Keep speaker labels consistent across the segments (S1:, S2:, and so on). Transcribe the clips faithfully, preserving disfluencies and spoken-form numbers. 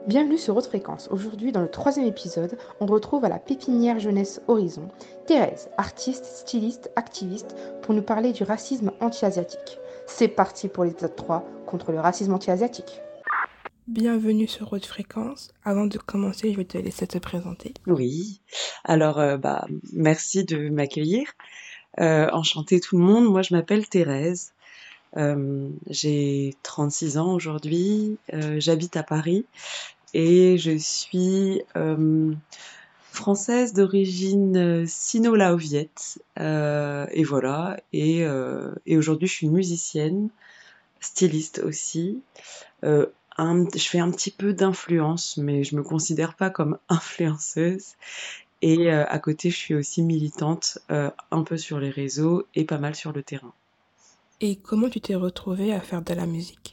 S1: Bienvenue sur Haute Fréquence. Aujourd'hui, dans le troisième épisode, on retrouve à la pépinière jeunesse Horizon Thérèse, artiste, styliste, activiste, pour nous parler du racisme anti-asiatique. C'est parti pour l'épisode trois contre le racisme anti-asiatique.
S2: Bienvenue sur Haute Fréquence. Avant de commencer, je vais te laisser te présenter.
S3: Oui, alors euh, bah merci de m'accueillir. Euh, enchantée tout le monde. Moi je m'appelle Thérèse. Euh, j'ai trente-six ans aujourd'hui. Euh, j'habite à Paris et je suis euh, française d'origine euh, sino-laoviette. Euh, et voilà. Et, euh, et aujourd'hui je suis musicienne, styliste aussi. Euh, un- je fais un petit peu d'influence, mais je me considère pas comme influenceuse. Et euh, à côté, je suis aussi militante, euh, un peu sur les réseaux et pas mal sur le terrain.
S2: Et comment tu t'es retrouvée à faire de la musique?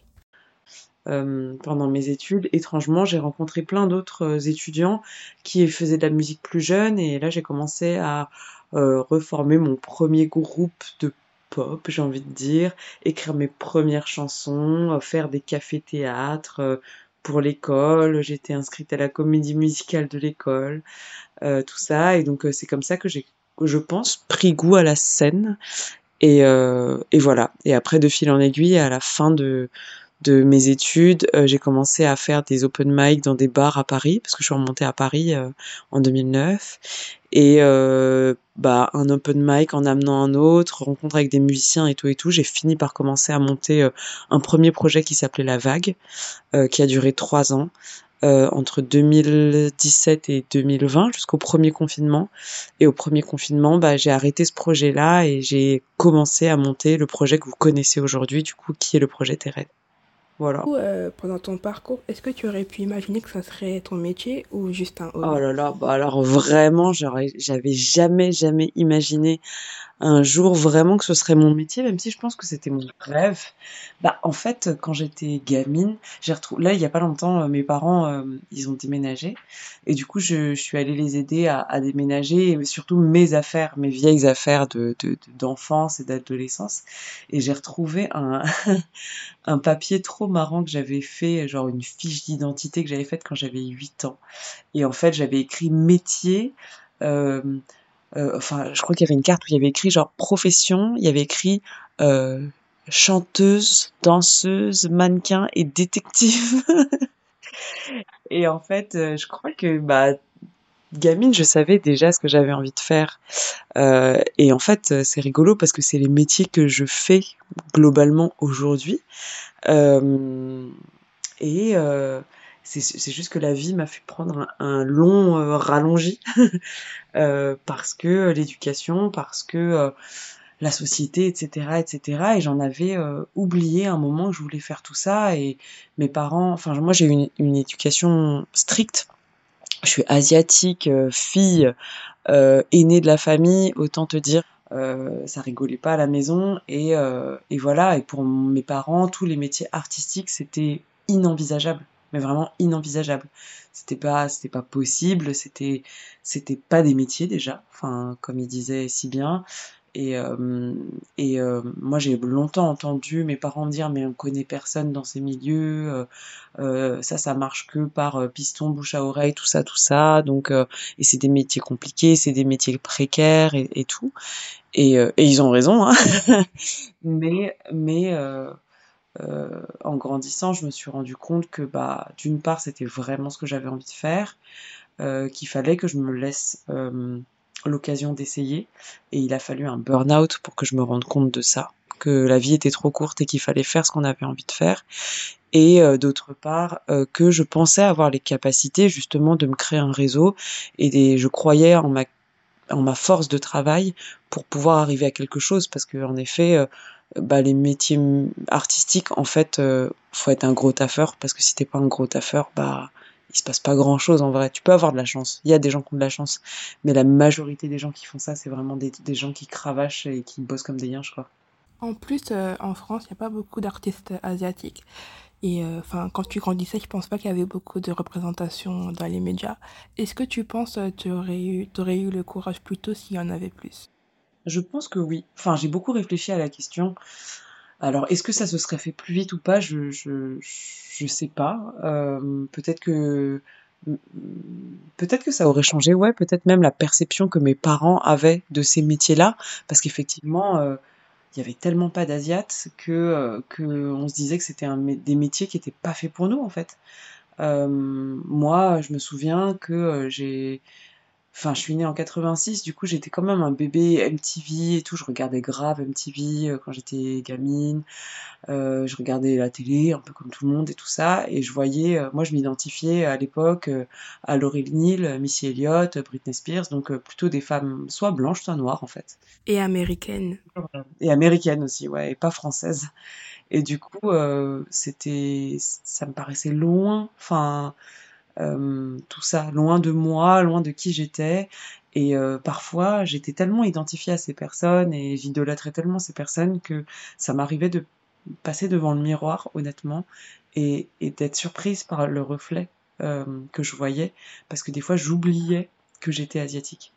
S3: Euh, pendant mes études, étrangement, j'ai rencontré plein d'autres euh, étudiants qui faisaient de la musique plus jeune et là, j'ai commencé à euh, reformer mon premier groupe de pop, j'ai envie de dire, écrire mes premières chansons, euh, faire des cafés-théâtres euh, pour l'école. J'étais inscrite à la comédie musicale de l'école. Euh, tout ça. Et donc, euh, c'est comme ça que j'ai, je pense, pris goût à la scène. Et, euh, et voilà. Et après, de fil en aiguille, à la fin de, de mes études, euh, j'ai commencé à faire des open mic dans des bars à Paris, parce que je suis remontée à Paris euh, en deux mille neuf. Et euh, bah, un open mic en amenant un autre, rencontre avec des musiciens et tout et tout, j'ai fini par commencer à monter euh, un premier projet qui s'appelait La Vague, euh, qui a duré trois ans, euh, entre deux mille dix-sept et deux mille vingt, jusqu'au premier confinement. Et au premier confinement, bah, j'ai arrêté ce projet-là et j'ai commencé à monter le projet que vous connaissez aujourd'hui, du coup, qui est le projet Thérèse. Voilà.
S2: Ou euh, pendant ton parcours, est-ce que tu aurais pu imaginer que ça serait ton métier ou juste un
S3: Oh
S2: hobby?
S3: là là, bah alors vraiment, j'aurais, j'avais jamais, jamais imaginé un jour vraiment que ce serait mon métier, même si je pense que c'était mon rêve. Bah, en fait, quand j'étais gamine, j'ai retrouvé, là, il y a pas longtemps, euh, mes parents, euh, ils ont déménagé. Et du coup, je, je suis allée les aider à, à déménager, et surtout mes affaires, mes vieilles affaires de, de, de- d'enfance et d'adolescence. Et j'ai retrouvé un, un papier trop marrant que j'avais fait, genre une fiche d'identité que j'avais faite quand j'avais huit ans. Et en fait, j'avais écrit métier, euh, euh, enfin, je crois qu'il y avait une carte où il y avait écrit genre profession, il y avait écrit euh, chanteuse, danseuse, mannequin et détective. Et en fait, euh, je crois que bah gamine, je savais déjà ce que j'avais envie de faire. Euh, et en fait, euh, c'est rigolo parce que c'est les métiers que je fais globalement aujourd'hui. Euh, et euh, c'est c'est juste que la vie m'a fait prendre un, un long euh, rallongi euh, parce que l'éducation, parce que euh, la société, et cetera, et cetera. Et j'en avais euh, oublié un moment que je voulais faire tout ça. Et mes parents, enfin moi j'ai eu une, une éducation stricte. Je suis asiatique, euh, fille, euh, aînée de la famille, autant te dire. Euh, ça rigolait pas à la maison et, euh, et voilà. Et pour mes parents, tous les métiers artistiques c'était inenvisageable, mais vraiment inenvisageable. C'était pas, c'était pas possible. C'était, c'était pas des métiers déjà. Enfin, comme ils disaient si bien. Et, euh, et euh, moi, j'ai longtemps entendu mes parents me dire, mais on connaît personne dans ces milieux, euh, euh, ça, ça marche que par euh, piston, bouche à oreille, tout ça, tout ça. Donc, euh, et c'est des métiers compliqués, c'est des métiers précaires et, et tout. Et, euh, et ils ont raison, hein. Mais, mais euh, euh, en grandissant, je me suis rendu compte que, bah, d'une part, c'était vraiment ce que j'avais envie de faire, euh, qu'il fallait que je me laisse euh, l'occasion d'essayer. Et il a fallu un burn-out pour que je me rende compte de ça, que la vie était trop courte et qu'il fallait faire ce qu'on avait envie de faire. Et euh, d'autre part, euh, que je pensais avoir les capacités justement de me créer un réseau et des, je croyais en ma en ma force de travail pour pouvoir arriver à quelque chose parce que en effet euh, bah les métiers artistiques en fait euh, faut être un gros taffeur parce que si t'es pas un gros taffeur bah il se passe pas grand chose en vrai. Tu peux avoir de la chance, il y a des gens qui ont de la chance, mais la majorité des gens qui font ça c'est vraiment des, des gens qui cravachent et qui bossent comme des yinches quoi.
S2: En plus, euh, en France, il n'y a pas beaucoup d'artistes asiatiques. Et euh, enfin, quand tu grandissais, je pense pas qu'il y avait beaucoup de représentation dans les médias. Est-ce que tu penses que tu aurais eu, t'aurais eu le courage plus tôt s'il y en avait plus?
S3: Je pense que oui, enfin j'ai beaucoup réfléchi à la question. Alors, est-ce que ça se serait fait plus vite ou pas? Je je je sais pas. Euh, peut-être que peut-être que ça aurait changé, ouais, peut-être même la perception que mes parents avaient de ces métiers-là, parce qu'effectivement, euh, il y avait tellement pas d'asiates que euh, que on se disait que c'était un, mé- des métiers qui étaient pas faits pour nous en fait. Euh, Moi, je me souviens que euh, j'ai Enfin, je suis née en quatre-vingt-six, du coup j'étais quand même un bébé M T V et tout, je regardais grave M T V euh, quand j'étais gamine. Euh, je regardais la télé un peu comme tout le monde et tout ça, et je voyais, euh, moi je m'identifiais à l'époque euh, à Laurel Neal, Missy Elliott, Britney Spears, donc euh, plutôt des femmes soit blanches, soit noires en fait.
S2: Et américaine.
S3: Et américaines aussi, ouais, et pas françaises. Et du coup, euh, c'était, ça me paraissait loin, enfin, euh, tout ça, loin de moi, loin de qui j'étais. Et euh, parfois, j'étais tellement identifiée à ces personnes et j'idolâtrais tellement ces personnes que ça m'arrivait de passer devant le miroir, honnêtement, et, et d'être surprise par le reflet euh, que je voyais, parce que des fois, j'oubliais que j'étais asiatique.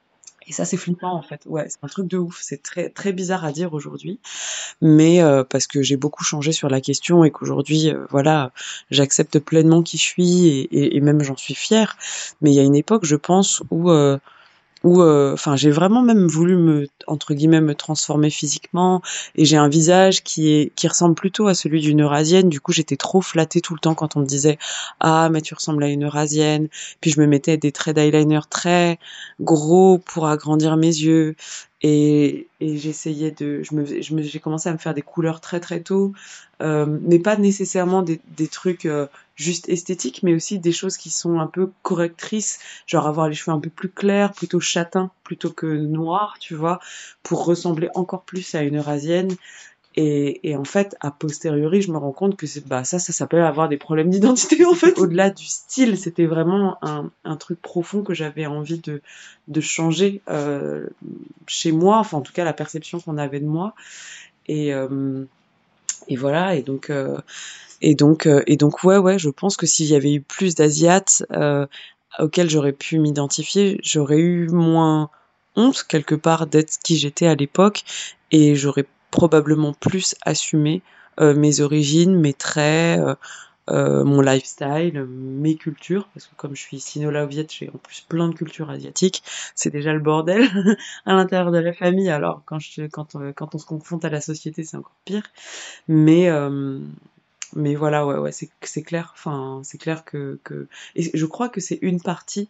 S3: Et ça, c'est flippant, en fait. Ouais, c'est un truc de ouf. C'est très, très bizarre à dire aujourd'hui, mais euh, parce que j'ai beaucoup changé sur la question et qu'aujourd'hui, euh, voilà, j'accepte pleinement qui je suis et, et, et même j'en suis fière. Mais il y a une époque, je pense, où euh, où euh, enfin j'ai vraiment même voulu me entre guillemets me transformer physiquement, et j'ai un visage qui est qui ressemble plutôt à celui d'une Eurasienne. Du coup, j'étais trop flattée tout le temps quand on me disait ah mais tu ressembles à une Eurasienne. Puis je me mettais des traits d'eyeliner très gros pour agrandir mes yeux, et, et j'essayais de je me je me j'ai commencé à me faire des couleurs très très tôt, euh, mais pas nécessairement des des trucs euh, juste esthétiques, mais aussi des choses qui sont un peu correctrices, genre avoir les cheveux un peu plus clairs, plutôt châtains plutôt que noirs, tu vois, pour ressembler encore plus à une Eurasienne. Et, et en fait, a posteriori, je me rends compte que c'est, bah, ça, ça s'appelle avoir des problèmes d'identité, en fait. Au-delà du style, c'était vraiment un, un truc profond que j'avais envie de, de changer euh, chez moi, enfin, en tout cas, la perception qu'on avait de moi. Et, euh, et voilà, et donc, euh, et donc, euh, et donc, ouais, ouais, je pense que s'il y avait eu plus d'Asiates euh, auxquels j'aurais pu m'identifier, j'aurais eu moins honte quelque part d'être qui j'étais à l'époque, et j'aurais probablement plus assumé euh, mes origines, mes traits, euh, euh, mon lifestyle, mes cultures, parce que comme je suis sino-laoviette, j'ai en plus plein de cultures asiatiques, c'est déjà le bordel à l'intérieur de la famille, alors quand, je, quand, euh, quand on se confronte à la société, c'est encore pire. Mais, euh, mais voilà, ouais, ouais, c'est c'est clair. Enfin, c'est clair que, que... Et je crois que c'est une partie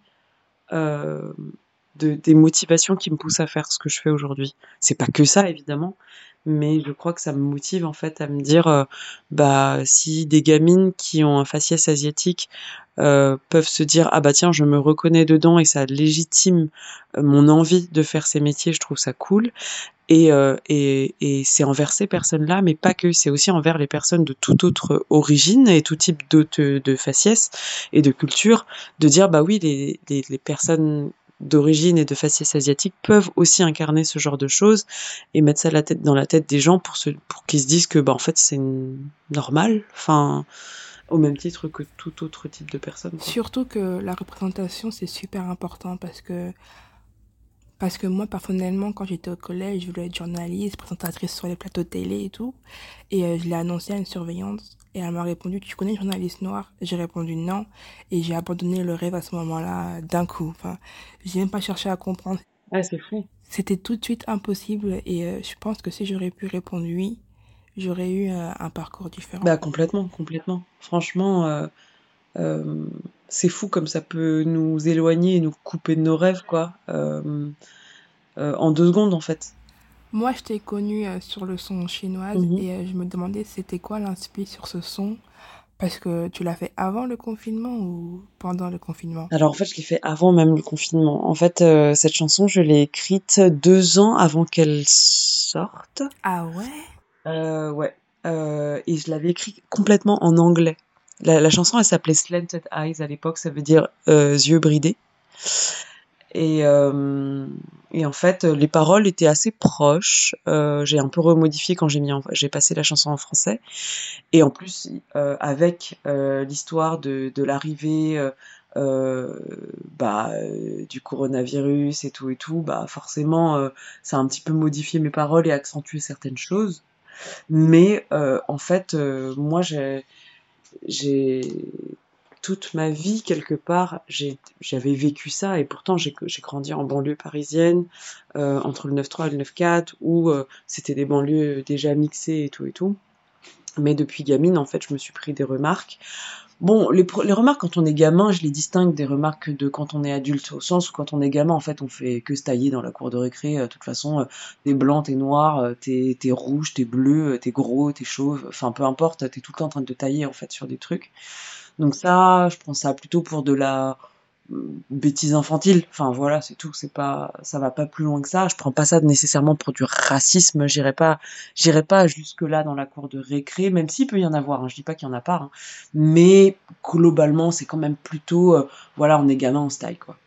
S3: euh, de, des motivations qui me poussent à faire ce que je fais aujourd'hui. C'est pas que ça, évidemment, mais je crois que ça me motive en fait à me dire, euh, bah, si des gamines qui ont un faciès asiatique euh, peuvent se dire, ah bah tiens, je me reconnais dedans et ça légitime euh, mon envie de faire ces métiers, je trouve ça cool. Et, euh, et, et c'est envers ces personnes-là, mais pas que, c'est aussi envers les personnes de toute autre origine et tout type de, de, de faciès et de culture, de dire, bah oui, les, les, les personnes d'origine et de faciès asiatique peuvent aussi incarner ce genre de choses et mettre ça la tête, dans la tête des gens pour, se, pour qu'ils se disent que, bah, en fait, c'est normal, enfin, au même titre que tout autre type de personne, quoi.
S2: Surtout que la représentation, c'est super important parce que Parce que moi, personnellement, quand j'étais au collège, je voulais être journaliste, présentatrice sur les plateaux télé et tout. Et euh, je l'ai annoncé à une surveillante. Et elle m'a répondu, tu connais une journaliste noire? J'ai répondu non. Et j'ai abandonné le rêve à ce moment-là, d'un coup. Enfin, j'ai même pas cherché à comprendre.
S3: Ah, c'est fou.
S2: C'était tout de suite impossible. Et euh, je pense que si j'aurais pu répondre oui, j'aurais eu euh, un parcours différent.
S3: Bah, complètement, complètement. Franchement, euh, Euh, c'est fou comme ça peut nous éloigner et nous couper de nos rêves, quoi. Euh, euh, en deux secondes, en fait.
S2: Moi, je t'ai connue euh, sur le son chinoise
S3: Mhm.
S2: et euh, je me demandais c'était quoi l'inspi sur ce son. Parce que tu l'as fait avant le confinement ou pendant le confinement?
S3: Alors, en fait, je l'ai fait avant même le confinement. En fait, euh, cette chanson, je l'ai écrite deux ans avant qu'elle sorte.
S2: Ah ouais?
S3: Euh, ouais. Euh, et je l'avais écrite complètement en anglais. La, la chanson, elle s'appelait Slanted Eyes à l'époque, ça veut dire euh, yeux bridés. Et, euh, et en fait, les paroles étaient assez proches. Euh, j'ai un peu remodifié quand j'ai mis en- j'ai passé la chanson en français. Et en plus, euh, avec euh, l'histoire de, de l'arrivée euh, euh, bah, euh, du coronavirus et tout et tout, bah forcément, euh, ça a un petit peu modifié mes paroles et accentué certaines choses. Mais euh, en fait, euh, moi, j'ai, j'ai toute ma vie quelque part, j'ai, j'avais vécu ça et pourtant j'ai, j'ai grandi en banlieue parisienne euh, entre le neuf trois et le neuf quatre où euh, c'était des banlieues déjà mixées et tout et tout. Mais depuis gamine, en fait, je me suis pris des remarques. Bon, les, les remarques quand on est gamin, je les distingue des remarques de quand on est adulte, au sens où quand on est gamin, en fait, on fait que se tailler dans la cour de récré. De toute façon, euh, t'es blanc, t'es noir, euh, t'es, t'es rouge, t'es bleu, euh, t'es gros, t'es chauve, enfin peu importe, t'es tout le temps en train de te tailler en fait sur des trucs. Donc ça, je prends ça plutôt pour de la bêtise infantile. Enfin voilà, c'est tout. C'est pas, ça va pas plus loin que ça. Je prends pas ça nécessairement pour du racisme. J'irai pas, j'irai pas jusque là dans la cour de récré, même s'il peut y en avoir. Hein. Je dis pas qu'il y en a pas, hein. Mais globalement, c'est quand même plutôt, euh, voilà, on est gamin, on se taille quoi.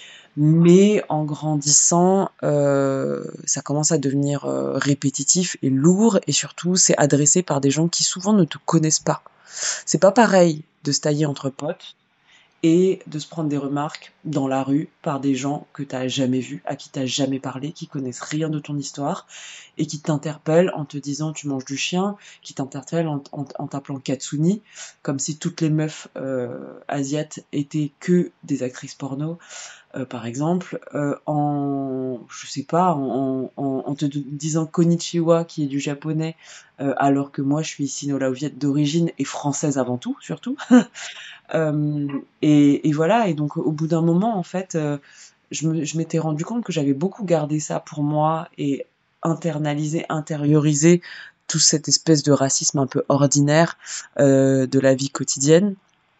S3: Mais en grandissant, euh, ça commence à devenir euh, répétitif et lourd, et surtout, c'est adressé par des gens qui souvent ne te connaissent pas. C'est pas pareil de se tailler entre potes et de se prendre des remarques dans la rue par des gens que t'as jamais vus, à qui t'as jamais parlé, qui connaissent rien de ton histoire et qui t'interpellent en te disant tu manges du chien, qui t'interpellent en, en, en t'appelant Katsuni, comme si toutes les meufs euh, asiates étaient que des actrices porno, euh, par exemple, euh, en, je sais pas, en, en, en te disant Konnichiwa, qui est du japonais, euh, alors que moi je suis sino-laoviette d'origine et française avant tout, surtout. Euh, et, et voilà, et donc au bout d'un moment, en fait, euh, je me, je m'étais rendu compte que j'avais beaucoup gardé ça pour moi et internalisé, intériorisé toute cette espèce de racisme un peu ordinaire euh, de la vie quotidienne.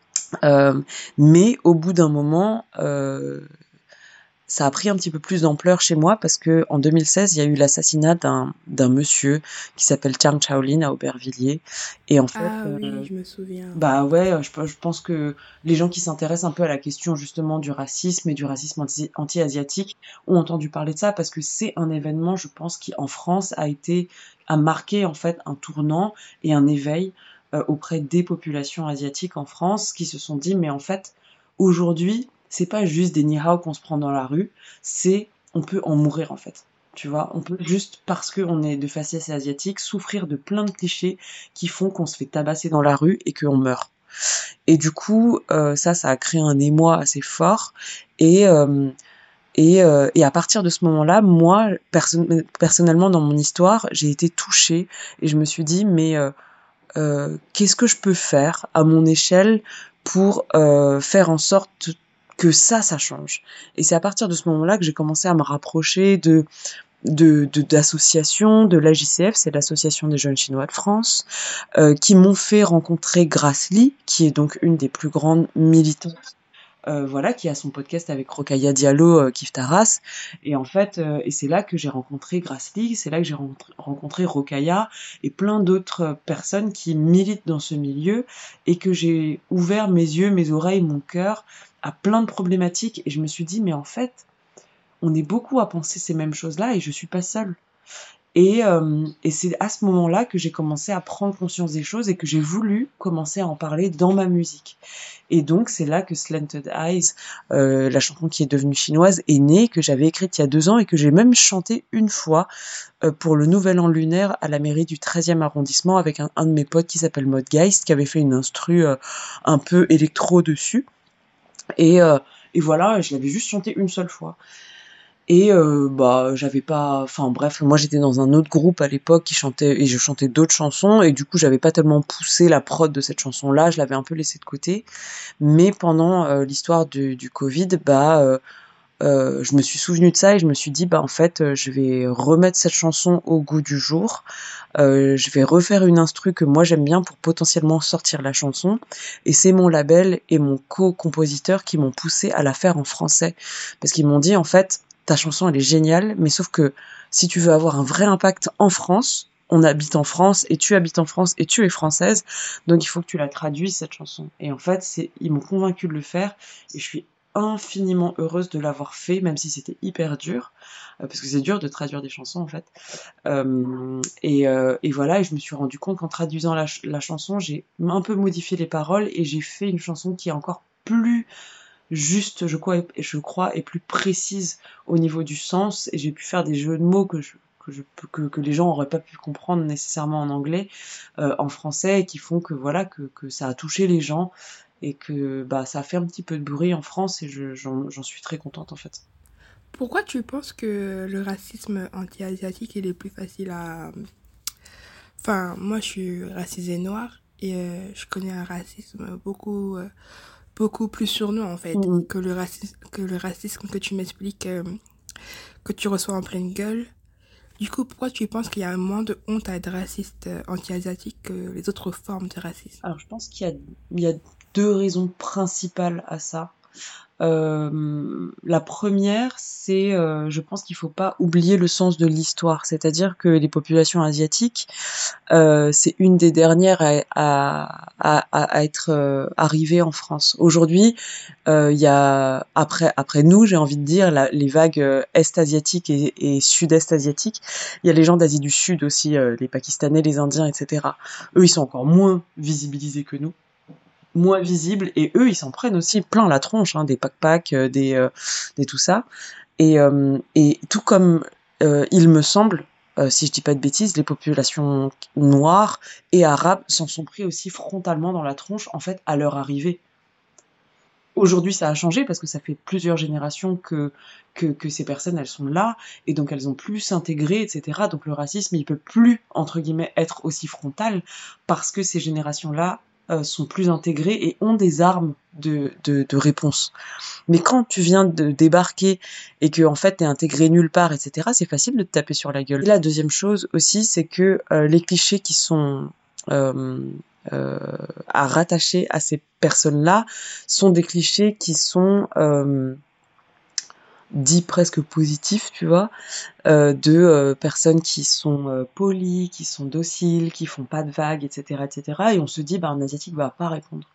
S3: Euh, mais au bout d'un moment, euh, ça a pris un petit peu plus d'ampleur chez moi parce que en deux mille seize, il y a eu l'assassinat d'un d'un monsieur qui s'appelle Chang Shaolin à Aubervilliers. Et en fait,
S2: Ah oui,
S3: euh,
S2: je me souviens.
S3: bah ouais, je, pe- je pense que les gens qui s'intéressent un peu à la question justement du racisme et du racisme anti- anti-asiatique ont entendu parler de ça parce que c'est un événement, je pense, qui en France a été, a marqué en fait un tournant et un éveil euh, auprès des populations asiatiques en France qui se sont dit mais en fait aujourd'hui c'est pas juste des ni hao qu'on se prend dans la rue, c'est on peut en mourir en fait. Tu vois, on peut juste parce qu'on est de faciès asiatique souffrir de plein de clichés qui font qu'on se fait tabasser dans la rue et qu'on meurt. Et du coup, euh, ça, ça a créé un émoi assez fort. Et, euh, et, euh, et à partir de ce moment-là, moi, perso- personnellement, dans mon histoire, j'ai été touchée et je me suis dit, mais euh, euh, qu'est-ce que je peux faire à mon échelle pour euh, faire en sorte que ça, ça change. Et c'est à partir de ce moment-là que j'ai commencé à me rapprocher de de de- d'associations, de l'A J C F, c'est l'Association des jeunes chinois de France, euh, qui m'ont fait rencontrer Grace Lee, qui est donc une des plus grandes militantes, euh, voilà, qui a son podcast avec Rokhaya Diallo, euh, Kif Taras. Et en fait, euh, et c'est là que j'ai rencontré Grace Lee, c'est là que j'ai rencontré, rencontré Rokhaya et plein d'autres personnes qui militent dans ce milieu et que j'ai ouvert mes yeux, mes oreilles, mon cœur à plein de problématiques. Et je me suis dit, mais en fait, on est beaucoup à penser ces mêmes choses-là et je suis pas seule. Et, euh, et c'est à ce moment-là que j'ai commencé à prendre conscience des choses et que j'ai voulu commencer à en parler dans ma musique. Et donc c'est là que Slanted Eyes, euh, la chanson qui est devenue chinoise, est née, que j'avais écrite il y a deux ans et que j'ai même chanté une fois euh, pour le Nouvel An lunaire à la mairie du treizième arrondissement avec un, un de mes potes qui s'appelle Modgeist, qui avait fait une instru euh, un peu électro dessus. Et, euh, et voilà, je l'avais juste chanté une seule fois. Et euh, bah j'avais pas, enfin bref, moi j'étais dans un autre groupe à l'époque qui chantait et je chantais d'autres chansons et du coup j'avais pas tellement poussé la prod de cette chanson-là, je l'avais un peu laissée de côté. Mais pendant euh, l'histoire du, du Covid, bah euh, euh, je me suis souvenue de ça et je me suis dit bah en fait euh, je vais remettre cette chanson au goût du jour. Euh, je vais refaire une instru que moi j'aime bien pour potentiellement sortir la chanson et c'est mon label et mon co-compositeur qui m'ont poussé à la faire en français parce qu'ils m'ont dit en fait ta chanson elle est géniale mais sauf que si tu veux avoir un vrai impact en France, on habite en France et tu habites en France et tu es française, donc il faut que tu la traduises cette chanson. Et en fait, c'est ils m'ont convaincu de le faire et je suis infiniment heureuse de l'avoir fait, même si c'était hyper dur, euh, parce que c'est dur de traduire des chansons en fait. Euh, et, euh, et voilà, et je me suis rendu compte qu'en traduisant la, ch- la chanson, j'ai un peu modifié les paroles et j'ai fait une chanson qui est encore plus juste, je crois, et, je crois, et plus précise au niveau du sens. Et j'ai pu faire des jeux de mots que je que, je, que, que les gens n'auraient pas pu comprendre nécessairement en anglais, euh, en français, et qui font que voilà que, que ça a touché les gens et que bah, ça a fait un petit peu de bruit en France et je, j'en, j'en suis très contente en fait.
S2: Pourquoi tu penses que le racisme anti-asiatique il est plus facile à... Enfin, moi je suis racisée noire et euh, je connais un racisme beaucoup, euh, beaucoup plus sournois en fait
S3: Mmh.
S2: que le racisme que, le racisme que tu m'expliques euh, que tu reçois en pleine gueule. Du coup, pourquoi tu penses qu'il y a moins de honte à être raciste euh, anti-asiatique que les autres formes de racisme?
S3: Alors je pense qu'il y a, il y a deux raisons principales à ça. Euh, la première, c'est, euh, je pense qu'il faut pas oublier le sens de l'histoire, c'est-à-dire que les populations asiatiques, euh, c'est une des dernières à, à, à, à être euh, arrivées en France. Aujourd'hui, euh, il y a après après nous, j'ai envie de dire, la, les vagues euh, est-asiatiques et, et sud-est asiatiques. Il y a les gens d'Asie du Sud aussi, euh, les Pakistanais, les Indiens, et cetera. Eux, ils sont encore moins visibilisés que nous, moins visibles, et eux ils s'en prennent aussi plein la tronche, hein, des pack-pack, euh, des, euh, des tout ça. Et, euh, et tout comme euh, il me semble, euh, si je dis pas de bêtises, les populations noires et arabes s'en sont pris aussi frontalement dans la tronche en fait à leur arrivée. Aujourd'hui, ça a changé parce que ça fait plusieurs générations que, que, que ces personnes, elles sont là, et donc elles ont plus s'intégrer, et cetera. Donc le racisme, il peut plus, entre guillemets, être aussi frontal parce que ces générations-là euh, sont plus intégrées et ont des armes de, de, de réponse. Mais quand tu viens de débarquer et que en fait t'es intégré nulle part, et cetera, c'est facile de te taper sur la gueule. Et la deuxième chose aussi, c'est que euh, les clichés qui sont euh, euh, à rattacher à ces personnes-là sont des clichés qui sont euh, dits presque positifs, tu vois, euh, de euh, personnes qui sont euh, polies, qui sont dociles, qui font pas de vagues, et cetera, et cetera. Et on se dit, bah un asiatique va pas répondre.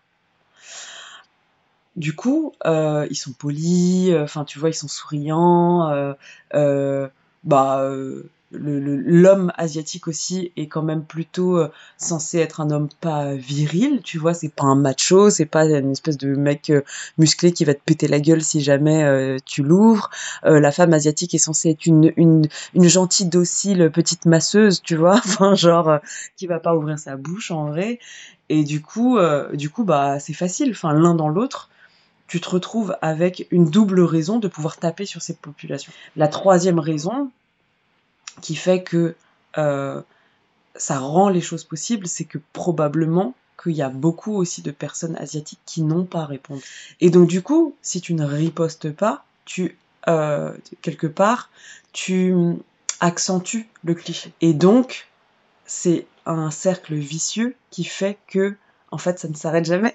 S3: Du coup, euh, ils sont polis, enfin euh, tu vois, ils sont souriants. Euh, euh, bah, euh, le, le- l'homme asiatique aussi est quand même plutôt euh, censé être un homme pas viril, tu vois, c'est pas un macho, c'est pas une espèce de mec euh, musclé qui va te péter la gueule si jamais euh, tu l'ouvres. Euh, la femme asiatique est censée être une, une, une gentille, docile petite masseuse, tu vois, enfin genre euh, qui va pas ouvrir sa bouche en vrai. Et du coup, euh, du coup, bah c'est facile, enfin l'un dans l'autre tu te retrouves avec une double raison de pouvoir taper sur ces populations. La troisième raison qui fait que euh, ça rend les choses possibles, c'est que probablement qu'il y a beaucoup aussi de personnes asiatiques qui n'ont pas à répondre. Et donc du coup, si tu ne ripostes pas, tu euh, quelque part, tu accentues le cliché. Et donc, c'est un cercle vicieux qui fait que, en fait, ça ne s'arrête jamais.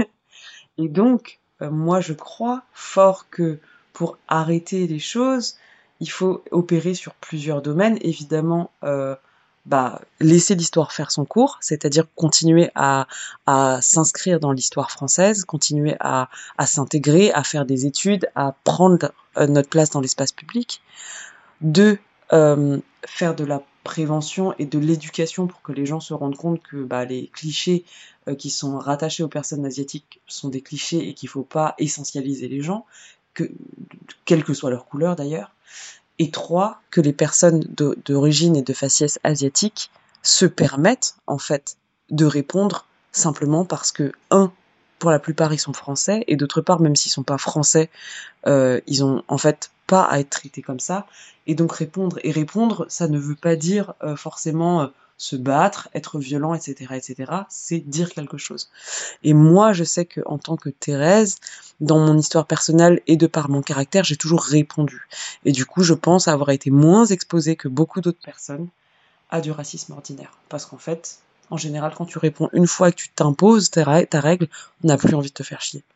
S3: Et donc, euh, moi, je crois fort que pour arrêter les choses, il faut opérer sur plusieurs domaines. Évidemment, euh, bah, laisser l'histoire faire son cours, c'est-à-dire continuer à, à s'inscrire dans l'histoire française, continuer à, à s'intégrer, à faire des études, à prendre euh, notre place dans l'espace public. Deux, euh, faire de la prévention et de l'éducation pour que les gens se rendent compte que bah, les clichés euh, qui sont rattachés aux personnes asiatiques sont des clichés et qu'il faut pas essentialiser les gens, que, quelle que soit leur couleur d'ailleurs. Et trois, que les personnes de- d'origine et de faciès asiatique se permettent en fait de répondre simplement parce que, un, pour la plupart ils sont français, et d'autre part, même s'ils sont pas français, euh, ils ont en fait pas à être traités comme ça, et donc répondre. Et répondre, ça ne veut pas dire euh, forcément euh, se battre, être violent, et cetera, et cetera. C'est dire quelque chose. Et moi, je sais que en tant que Thérèse, dans mon histoire personnelle et de par mon caractère, j'ai toujours répondu. Et du coup, je pense avoir été moins exposée que beaucoup d'autres personnes à du racisme ordinaire. Parce qu'en fait, en général, quand tu réponds une fois que tu t'imposes ta, ra- ta règle, on n'a plus envie de te faire chier.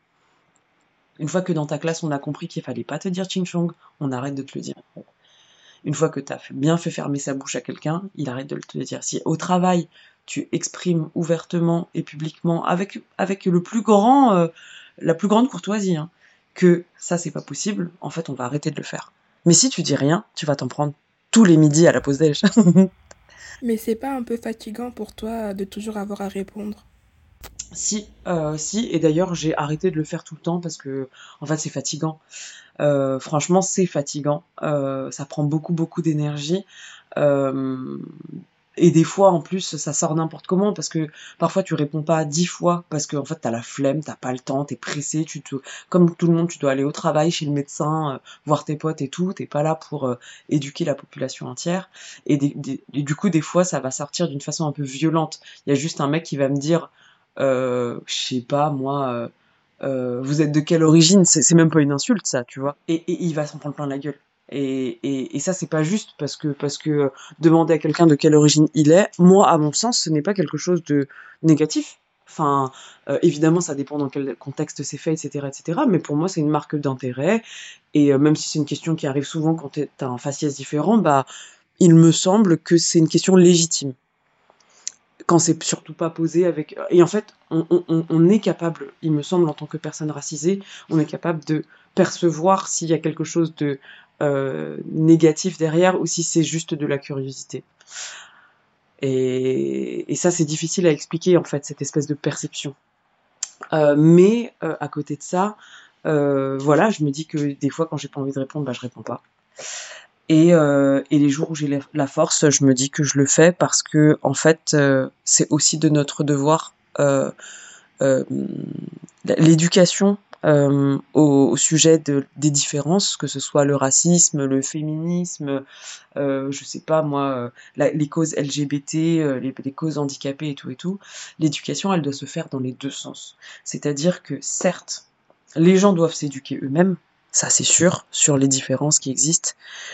S3: Une fois que dans ta classe, on a compris qu'il fallait pas te dire ching chong, on arrête de te le dire. Une fois que tu as bien fait fermer sa bouche à quelqu'un, il arrête de te le dire. Si au travail, tu exprimes ouvertement et publiquement, avec, avec le plus grand, euh, la plus grande courtoisie, hein, que ça c'est pas possible, en fait on va arrêter de le faire. Mais si tu dis rien, tu vas t'en prendre tous les midis à la pause déj.
S2: Mais c'est pas un peu fatigant pour toi de toujours avoir à répondre?
S3: Si, euh, si, et d'ailleurs j'ai arrêté de le faire tout le temps parce que en fait c'est fatigant. Euh, franchement, c'est fatigant. Euh, ça prend beaucoup, beaucoup d'énergie. Euh, et des fois, en plus, ça sort n'importe comment parce que parfois tu réponds pas dix fois parce que en fait t'as la flemme, t'as pas le temps, t'es pressé, tu te, comme tout le monde, tu dois aller au travail, chez le médecin, euh, voir tes potes et tout. T'es pas là pour euh, éduquer la population entière. Et, des- des- et du coup, des fois, ça va sortir d'une façon un peu violente. Il y a juste un mec qui va me dire, euh, je sais pas moi. euh, euh, vous êtes de quelle origine? C'est c'est même pas une insulte, ça, tu vois. Et, et il va s'en prendre plein la gueule. Et, et, et ça, c'est pas juste parce que, parce que euh, demander à quelqu'un de quelle origine il est, moi, à mon sens, ce n'est pas quelque chose de négatif. Enfin, euh, évidemment, ça dépend dans quel contexte c'est fait, et cetera, et cetera. Mais pour moi, c'est une marque d'intérêt. Et euh, même si c'est une question qui arrive souvent quand t'es- t'as un faciès différent, bah, il me semble que c'est une question légitime quand c'est surtout pas posé avec... Et en fait, on, on, on est capable, il me semble, en tant que personne racisée, on est capable de percevoir s'il y a quelque chose de euh, négatif derrière ou si c'est juste de la curiosité. Et, et ça, c'est difficile à expliquer, en fait, cette espèce de perception. Euh, mais euh, à côté de ça, euh, voilà, je me dis que des fois, quand j'ai pas envie de répondre, bah, je réponds pas. Et, euh, et les jours où j'ai la- la force, je me dis que je le fais parce que, en fait, euh, c'est aussi de notre devoir. Euh, euh, L'éducation euh, au, au sujet de, des différences, que ce soit le racisme, le féminisme, euh, je sais pas moi, euh, la- les causes L G B T, euh, les, les causes handicapées et tout et tout. L'éducation, elle doit se faire dans les deux sens. C'est-à-dire que certes, les gens doivent s'éduquer eux-mêmes, ça c'est sûr, sur les différences qui existent,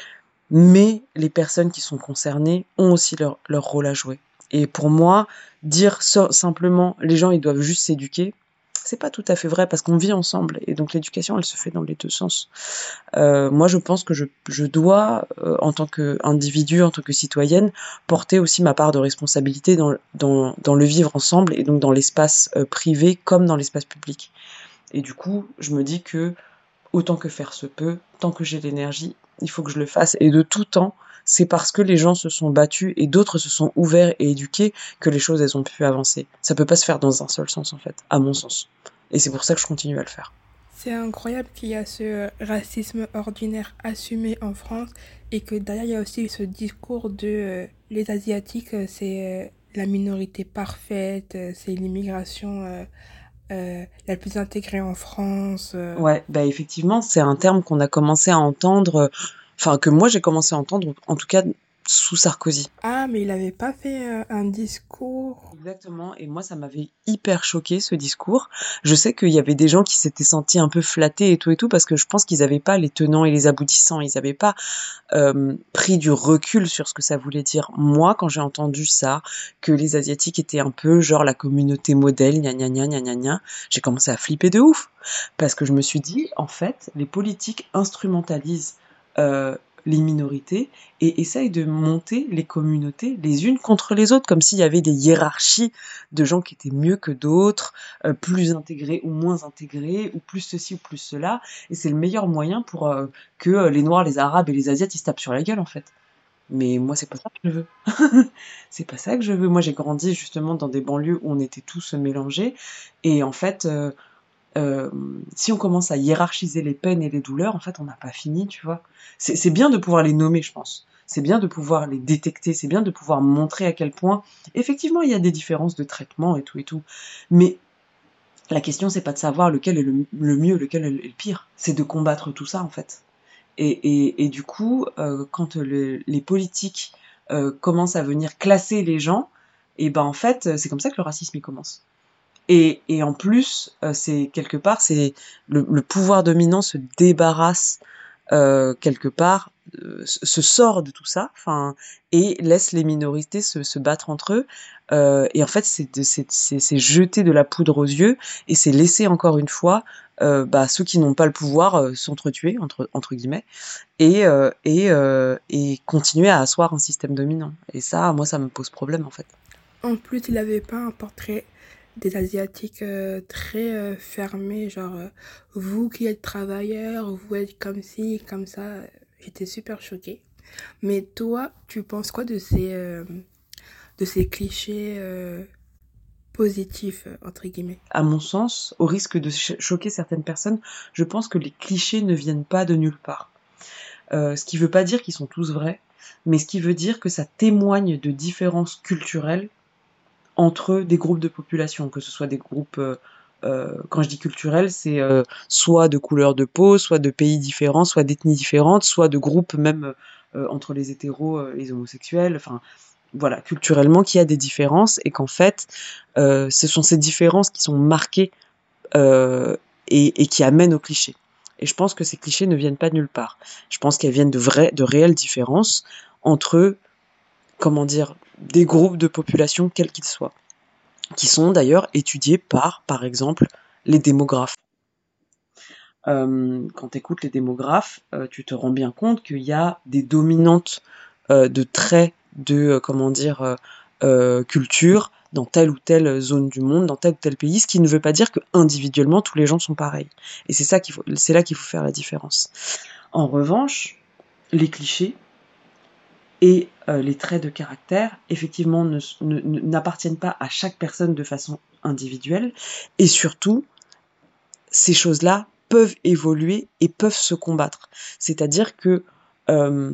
S3: mais les personnes qui sont concernées ont aussi leur, leur rôle à jouer. Et pour moi, dire so- simplement les gens ils doivent juste s'éduquer, c'est pas tout à fait vrai parce qu'on vit ensemble et donc l'éducation elle se fait dans les deux sens. Euh, moi je pense que je, je dois euh, en tant qu'individu, en tant que citoyenne, porter aussi ma part de responsabilité dans, dans, dans le vivre ensemble et donc dans l'espace euh, privé comme dans l'espace public. Et du coup je me dis que autant que faire se peut, tant que j'ai l'énergie, il faut que je le fasse. Et de tout temps, c'est parce que les gens se sont battus et d'autres se sont ouverts et éduqués que les choses, elles ont pu avancer. Ça peut pas se faire dans un seul sens, en fait, à mon sens. Et c'est pour ça que je continue à le faire.
S2: C'est incroyable qu'il y a ce euh, racisme ordinaire assumé en France et que derrière il y a aussi ce discours de euh, les Asiatiques, euh, c'est euh, la minorité parfaite, euh, c'est l'immigration euh, euh, la plus intégrée en France. euh.
S3: Ouais, bah effectivement, c'est un terme qu'on a commencé à entendre, euh, enfin que moi j'ai commencé à entendre, en tout cas sous Sarkozy.
S2: Ah, mais il avait pas fait euh, un discours.
S3: Exactement, et moi ça m'avait hyper choqué ce discours. Je sais qu'il y avait des gens qui s'étaient sentis un peu flattés et tout et tout parce que je pense qu'ils n'avaient pas les tenants et les aboutissants, ils n'avaient pas euh, pris du recul sur ce que ça voulait dire. Moi, quand j'ai entendu ça, que les Asiatiques étaient un peu genre la communauté modèle, gna gna gna gna gna gna, j'ai commencé à flipper de ouf parce que je me suis dit en fait les politiques instrumentalisent euh, les minorités et essayent de monter les communautés les unes contre les autres, comme s'il y avait des hiérarchies de gens qui étaient mieux que d'autres, euh, plus intégrés ou moins intégrés, ou plus ceci ou plus cela, et c'est le meilleur moyen pour euh, que euh, les Noirs, les Arabes et les Asiates, ils se tapent sur la gueule, en fait. Mais moi, c'est pas ça que je veux. C'est pas ça que je veux. Moi, j'ai grandi justement dans des banlieues où on était tous mélangés, et en fait... euh, euh, si on commence à hiérarchiser les peines et les douleurs, en fait, on n'a pas fini, tu vois. C'est c'est bien de pouvoir les nommer, je pense. C'est bien de pouvoir les détecter, c'est bien de pouvoir montrer à quel point, effectivement, il y a des différences de traitement et tout et tout. Mais la question, c'est pas de savoir lequel est le, le mieux, lequel est le pire. C'est de combattre tout ça, en fait. Et, et, et du coup, euh, quand le- les politiques euh, commencent à venir classer les gens, et ben en fait, c'est comme ça que le racisme il commence. Et, et en plus, euh, c'est quelque part, c'est le, le pouvoir dominant se débarrasse euh, quelque part, euh, se se sort de tout ça, enfin, et laisse les minorités se, se battre entre eux. Euh, et en fait, c'est de- c'est c'est- c'est jeter de la poudre aux yeux et c'est laisser encore une fois euh, bah, ceux qui n'ont pas le pouvoir euh, s'entretuer entre entre guillemets et euh, et euh, et continuer à asseoir un système dominant. Et ça, moi, ça me pose problème en fait.
S2: En plus, il avait pas un portrait des Asiatiques euh, très euh, fermé, genre euh, vous qui êtes travailleurs, vous êtes comme ci, comme ça. J'étais super choquée. Mais toi, tu penses quoi de ces, euh, de ces clichés euh, positifs, euh, entre guillemets?
S3: À mon sens, au risque de cho- choquer certaines personnes, je pense que les clichés ne viennent pas de nulle part. Euh, ce qui veut pas dire qu'ils sont tous vrais, mais ce qui veut dire que ça témoigne de différences culturelles entre des groupes de population, que ce soit des groupes, euh, euh, quand je dis culturels, c'est euh, soit de couleur de peau, soit de pays différents, soit d'ethnies différentes, soit de groupes même euh, entre les hétéros et les homosexuels, enfin voilà, culturellement qu'il y a des différences et qu'en fait, euh, ce sont ces différences qui sont marquées euh, et, et qui amènent aux clichés. Et je pense que ces clichés ne viennent pas de nulle part. Je pense qu'elles viennent de vraies, de réelles différences entre, comment dire, des groupes de population, quels qu'ils soient, qui sont d'ailleurs étudiés par, par exemple, les démographes. Euh, quand tu écoutes les démographes, euh, tu te rends bien compte qu'il y a des dominantes euh, de traits de, euh, comment dire, euh, euh, culture dans telle ou telle zone du monde, dans tel ou tel pays, ce qui ne veut pas dire que individuellement tous les gens sont pareils. Et c'est ça qu'il faut, c'est là qu'il faut faire la différence. En revanche, les clichés et euh, les traits de caractère, effectivement, ne, ne, n'appartiennent pas à chaque personne de façon individuelle, et surtout, ces choses-là peuvent évoluer et peuvent se combattre. C'est-à-dire que, euh,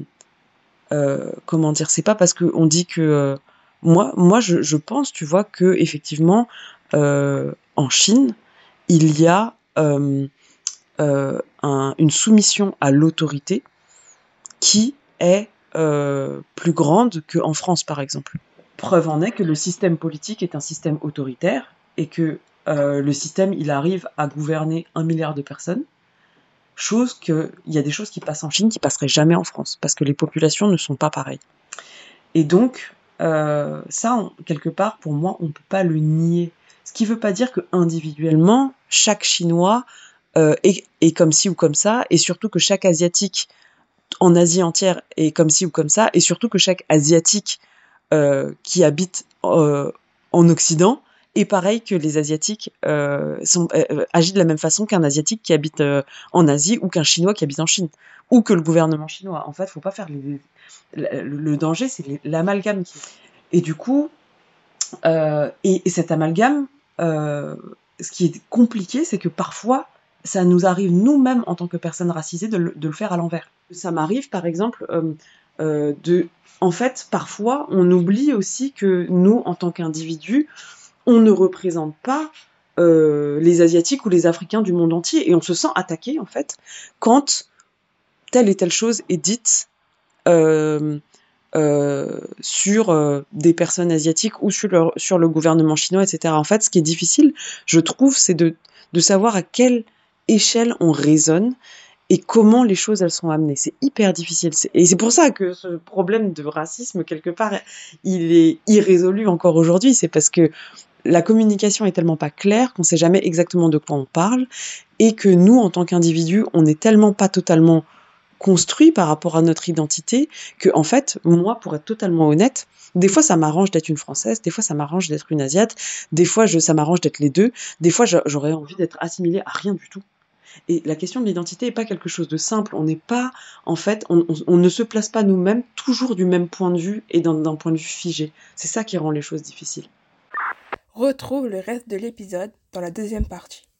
S3: euh, comment dire, c'est pas parce qu'on dit que euh, moi, moi, je, je pense, tu vois, que effectivement, euh, en Chine, il y a euh, euh, un, une soumission à l'autorité qui est euh, plus grande qu'en France, par exemple. Preuve en est que le système politique est un système autoritaire et que euh, le système, il arrive à gouverner un milliard de personnes. Chose que, il y a des choses qui passent en Chine qui passeraient jamais en France parce que les populations ne sont pas pareilles. Et donc, euh, ça, on, quelque part, pour moi, on ne peut pas le nier. Ce qui ne veut pas dire que individuellement, chaque Chinois euh, est, est comme ci ou comme ça, et surtout que chaque Asiatique en Asie entière est comme ci ou comme ça, et surtout que chaque Asiatique euh, qui habite euh, en Occident est pareil que les Asiatiques euh, sont, euh, agit de la même façon qu'un Asiatique qui habite euh, en Asie ou qu'un Chinois qui habite en Chine ou que le gouvernement chinois. En fait, faut pas faire les, le, le danger, c'est les, l'amalgame. Qui... Et du coup, euh, et, et cet amalgame, euh, ce qui est compliqué, c'est que parfois, ça nous arrive nous-mêmes en tant que personnes racisées de le, de le faire à l'envers. Ça m'arrive, par exemple, euh, euh, de... En fait, parfois, on oublie aussi que nous, en tant qu'individus, on ne représente pas euh, les Asiatiques ou les Africains du monde entier. Et on se sent attaqué, en fait, quand telle et telle chose est dite euh, euh, sur euh, des personnes asiatiques ou sur le, sur le gouvernement chinois, et cetera. En fait, ce qui est difficile, je trouve, c'est de, de savoir à quelle échelle on raisonne et comment les choses, elles sont amenées. C'est hyper difficile. C'est... Et c'est pour ça que ce problème de racisme, quelque part, il est irrésolu encore aujourd'hui. C'est parce que la communication est tellement pas claire qu'on sait jamais exactement de quoi on parle et que nous, en tant qu'individus, on n'est tellement pas totalement construit par rapport à notre identité que, en fait, moi, pour être totalement honnête, des fois, ça m'arrange d'être une Française, des fois, ça m'arrange d'être une Asiate, des fois, je, ça m'arrange d'être les deux, des fois, j'aurais envie d'être assimilée à rien du tout. Et la question de l'identité n'est pas quelque chose de simple. On n'est pas, en fait, on, on, on ne se place pas nous-mêmes toujours du même point de vue et d'un, d'un point de vue figé. C'est ça qui rend les choses difficiles.
S2: Retrouve le reste de l'épisode dans la deuxième partie.